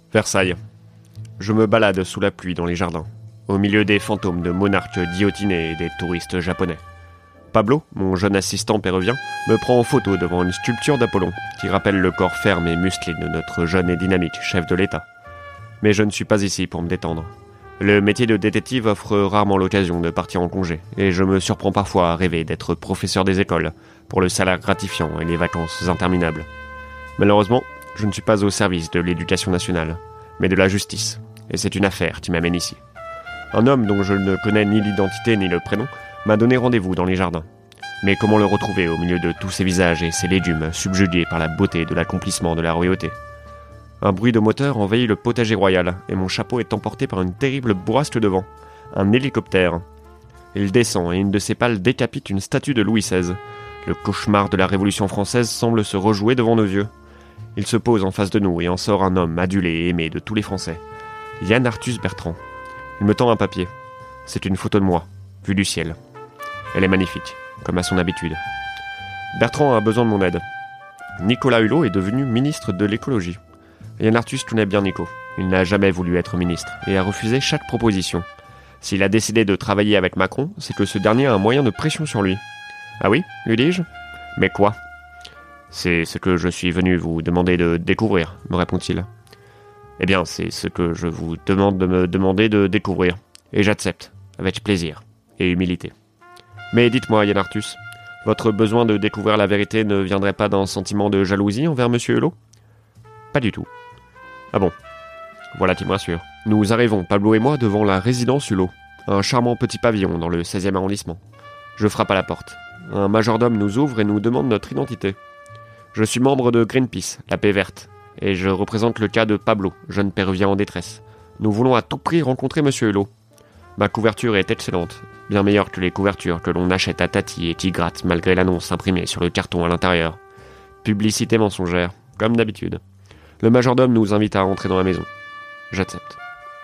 Versailles. Je me balade sous la pluie dans les jardins, au milieu des fantômes de monarques guillotinés et des touristes japonais. Pablo, mon jeune assistant péruvien, me prend en photo devant une sculpture d'Apollon qui rappelle le corps ferme et musclé de notre jeune et dynamique chef de l'État. Mais je ne suis pas ici pour me détendre. Le métier de détective offre rarement l'occasion de partir en congé, et je me surprends parfois à rêver d'être professeur des écoles, pour le salaire gratifiant et les vacances interminables. Malheureusement, je ne suis pas au service de l'éducation nationale, mais de la justice, et c'est une affaire qui m'amène ici. Un homme dont je ne connais ni l'identité ni le prénom m'a donné rendez-vous dans les jardins. Mais comment le retrouver au milieu de tous ces visages et ces légumes subjugués par la beauté de l'accomplissement de la royauté ? Un bruit de moteur envahit le potager royal, et mon chapeau est emporté par une terrible bourrasque de vent. Un hélicoptère. Il descend, et une de ses pales décapite une statue de Louis XVI. Le cauchemar de la Révolution française semble se rejouer devant nos yeux. Il se pose en face de nous, et en sort un homme adulé et aimé de tous les Français. Yann Arthus Bertrand. Il me tend un papier. C'est une photo de moi, vue du ciel. Elle est magnifique, comme à son habitude. Bertrand a besoin de mon aide. Nicolas Hulot est devenu ministre de l'écologie. Yann Arthus connaît bien Nico. Il n'a jamais voulu être ministre et a refusé chaque proposition. S'il a décidé de travailler avec Macron, c'est que ce dernier a un moyen de pression sur lui. Ah oui, lui dis-je ? Mais quoi ? C'est ce que je suis venu vous demander de découvrir, me répond-il. Eh bien, c'est ce que je vous demande de me demander de découvrir. Et j'accepte, avec plaisir et humilité. Mais dites-moi, Yann Arthus, votre besoin de découvrir la vérité ne viendrait pas d'un sentiment de jalousie envers Monsieur Hulot ? Pas du tout. Ah bon, voilà qui me rassure. Nous arrivons, Pablo et moi, devant la résidence Hulot, un charmant petit pavillon dans le 16e arrondissement. Je frappe à la porte. Un majordome nous ouvre et nous demande notre identité. Je suis membre de Greenpeace, la paix verte, et je représente le cas de Pablo, jeune péruvien en détresse. Nous voulons à tout prix rencontrer Monsieur Hulot. Ma couverture est excellente, bien meilleure que les couvertures que l'on achète à Tati et qui grattent malgré l'annonce imprimée sur le carton à l'intérieur. Publicité mensongère, comme d'habitude. Le majordome nous invite à entrer dans la maison. J'accepte.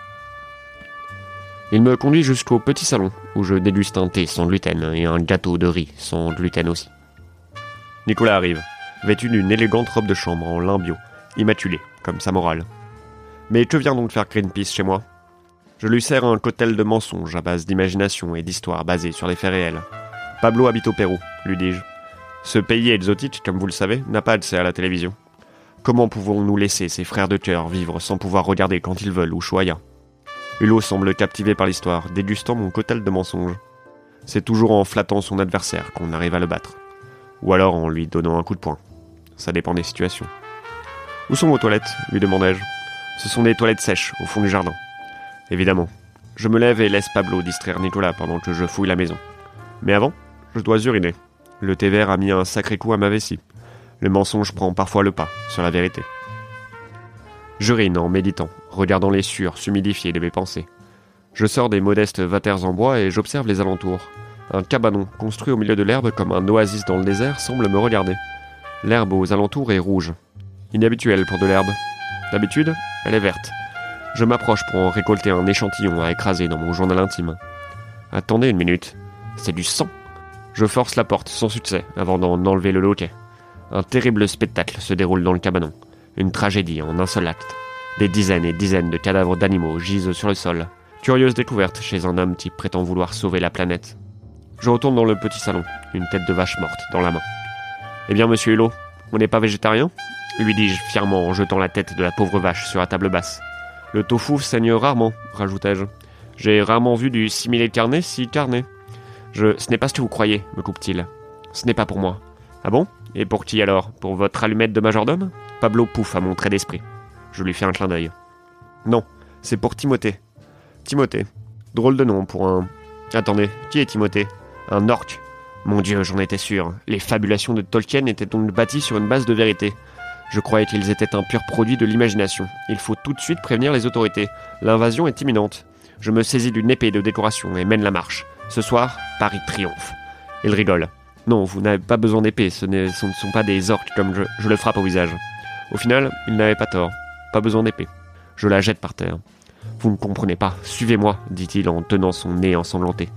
Il me conduit jusqu'au petit salon, où je déguste un thé sans gluten et un gâteau de riz sans gluten aussi. Nicolas arrive, vêtu d'une élégante robe de chambre en lin bio, immaculée, comme sa morale. Mais que vient donc faire Greenpeace chez moi ? Je lui sers un cocktail de mensonges à base d'imagination et d'histoires basées sur les faits réels. Pablo habite au Pérou, lui dis-je. Ce pays exotique, comme vous le savez, n'a pas accès à la télévision. Comment pouvons-nous laisser ces frères de cœur vivre sans pouvoir regarder quand ils veulent Ushuaïa ? Hulot semble captivé par l'histoire, dégustant mon cocktail de mensonges. C'est toujours en flattant son adversaire qu'on arrive à le battre. Ou alors en lui donnant un coup de poing. Ça dépend des situations. « Où sont vos toilettes ?» lui demandai-je. « Ce sont des toilettes sèches, au fond du jardin. » Évidemment. Je me lève et laisse Pablo distraire Nicolas pendant que je fouille la maison. Mais avant, je dois uriner. Le thé vert a mis un sacré coup à ma vessie. Le mensonge prend parfois le pas sur la vérité. J'urine en méditant, regardant les sueurs s'humidifier de mes pensées. Je sors des modestes vatères en bois et j'observe les alentours. Un cabanon, construit au milieu de l'herbe comme un oasis dans le désert, semble me regarder. L'herbe aux alentours est rouge. Inhabituel pour de l'herbe. D'habitude, elle est verte. Je m'approche pour en récolter un échantillon à écraser dans mon journal intime. Attendez une minute. C'est du sang. Je force la porte sans succès avant d'en enlever le loquet. Un terrible spectacle se déroule dans le cabanon. Une tragédie en un seul acte. Des dizaines et dizaines de cadavres d'animaux gisent sur le sol. Curieuse découverte chez un homme qui prétend vouloir sauver la planète. Je retourne dans le petit salon, une tête de vache morte dans la main. « Eh bien, monsieur Hulot, on n'est pas végétarien ?» lui dis-je fièrement en jetant la tête de la pauvre vache sur la table basse. « Le tofu saigne rarement, rajoutai-je. J'ai rarement vu du similé carné si carné. Ce n'est pas ce que vous croyez, me coupe-t-il. Ce n'est pas pour moi. Ah bon ? Et pour qui alors ? Pour votre allumette de majordome ? Pablo pouffe à mon trait d'esprit. Je lui fais un clin d'œil. Non, c'est pour Timothée. Timothée. Drôle de nom pour un... Attendez, qui est Timothée ? Un orc. Mon Dieu, j'en étais sûr. Les fabulations de Tolkien étaient donc bâties sur une base de vérité. Je croyais qu'ils étaient un pur produit de l'imagination. Il faut tout de suite prévenir les autorités. L'invasion est imminente. Je me saisis d'une épée de décoration et mène la marche. Ce soir, Paris triomphe. Il rigole. Non, vous n'avez pas besoin d'épée, ce ne sont pas des orques comme je le frappe au visage. Au final, il n'avait pas tort. Pas besoin d'épée. Je la jette par terre. Vous ne comprenez pas, suivez-moi, dit-il en tenant son nez ensanglanté.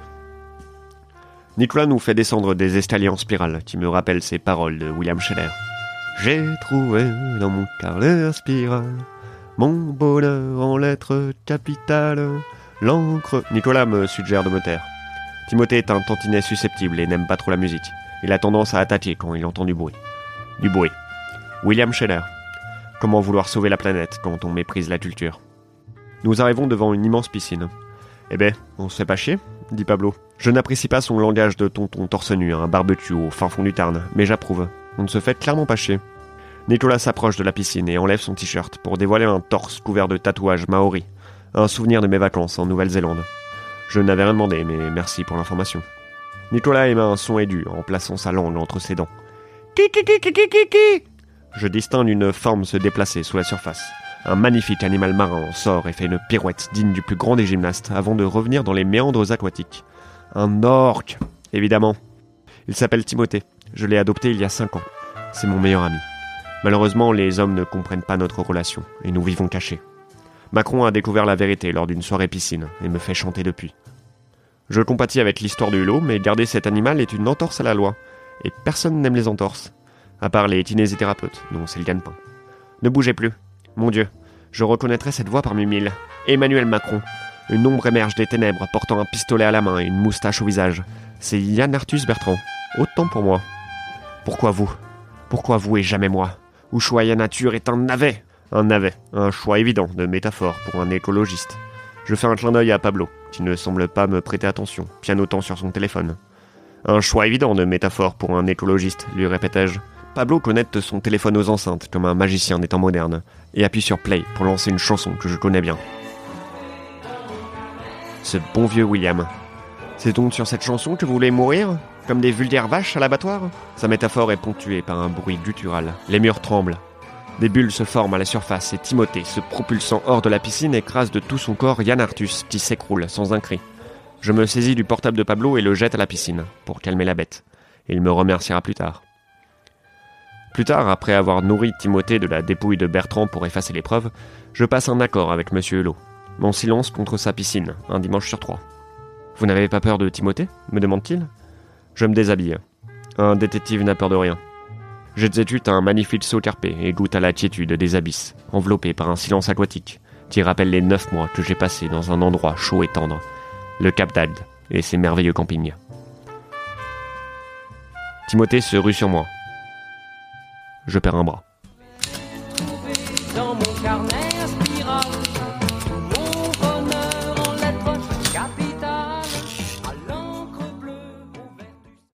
Nicolas nous fait descendre des escaliers en spirale qui me rappellent ces paroles de William Scheller. J'ai trouvé dans mon cœur la spirale, Mon bonheur en lettres capitales, l'encre... Nicolas me suggère de me taire. Timothée est un tantinet susceptible et n'aime pas trop la musique. Il a tendance à attaquer quand il entend du bruit. Du bruit. William Scheller. Comment vouloir sauver la planète quand on méprise la culture? Nous arrivons devant une immense piscine. Eh ben, on se fait pas chier, dit Pablo. Je n'apprécie pas son langage de tonton torse nu, un barbecue au fin fond du Tarn, mais j'approuve. On ne se fait clairement pas chier. Nicolas s'approche de la piscine et enlève son t-shirt pour dévoiler un torse couvert de tatouages maoris. Un souvenir de mes vacances en Nouvelle-Zélande. Je n'avais rien demandé, mais merci pour l'information. Nicolas émet un son aigu en plaçant sa langue entre ses dents. Ki. Je distingue une forme se déplacer sous la surface. Un magnifique animal marin sort et fait une pirouette digne du plus grand des gymnastes avant de revenir dans les méandres aquatiques. Un orque, évidemment. Il s'appelle Timothée. Je l'ai adopté il y a 5 ans. C'est mon meilleur ami. Malheureusement, les hommes ne comprennent pas notre relation et nous vivons cachés. Macron a découvert la vérité lors d'une soirée piscine et me fait chanter depuis. Je compatis avec l'histoire du hulot, mais garder cet animal est une entorse à la loi. Et personne n'aime les entorses. À part les kinésithérapeutes, dont c'est le gagne-pain. Ne bougez plus. Mon Dieu, je reconnaîtrai cette voix parmi 1000. Emmanuel Macron. Une ombre émerge des ténèbres, portant un pistolet à la main et une moustache au visage. C'est Yann Arthus Bertrand. Autant pour moi. Pourquoi vous? Pourquoi vous et jamais moi? Ushuaïa Nature est un navet. Un navet, un choix évident de métaphore pour un écologiste. Je fais un clin d'œil à Pablo, qui ne semble pas me prêter attention, pianotant sur son téléphone. Un choix évident de métaphore pour un écologiste, lui répétai-je. Pablo connecte son téléphone aux enceintes comme un magicien des temps modernes et appuie sur play pour lancer une chanson que je connais bien. Ce bon vieux William. C'est donc sur cette chanson que vous voulez mourir? Comme des vulgaires vaches à l'abattoir? Sa métaphore est ponctuée par un bruit guttural. Les murs tremblent. Des bulles se forment à la surface et Timothée, se propulsant hors de la piscine, écrase de tout son corps Yann Arthus, qui s'écroule sans un cri. Je me saisis du portable de Pablo et le jette à la piscine, pour calmer la bête. Il me remerciera plus tard. Plus tard, après avoir nourri Timothée de la dépouille de Bertrand pour effacer les preuves, je passe un accord avec Monsieur Hulot. Mon silence contre sa piscine, un dimanche sur 3. « Vous n'avez pas peur de Timothée ?» me demande-t-il. Je me déshabille. Un détective n'a peur de rien. J'exécute un magnifique saut carpé et goûte à la quiétude des abysses, enveloppé par un silence aquatique, qui rappelle les 9 mois que j'ai passés dans un endroit chaud et tendre, le Cap d'Agde et ses merveilleux campings. Timothée se rue sur moi. Je perds un bras.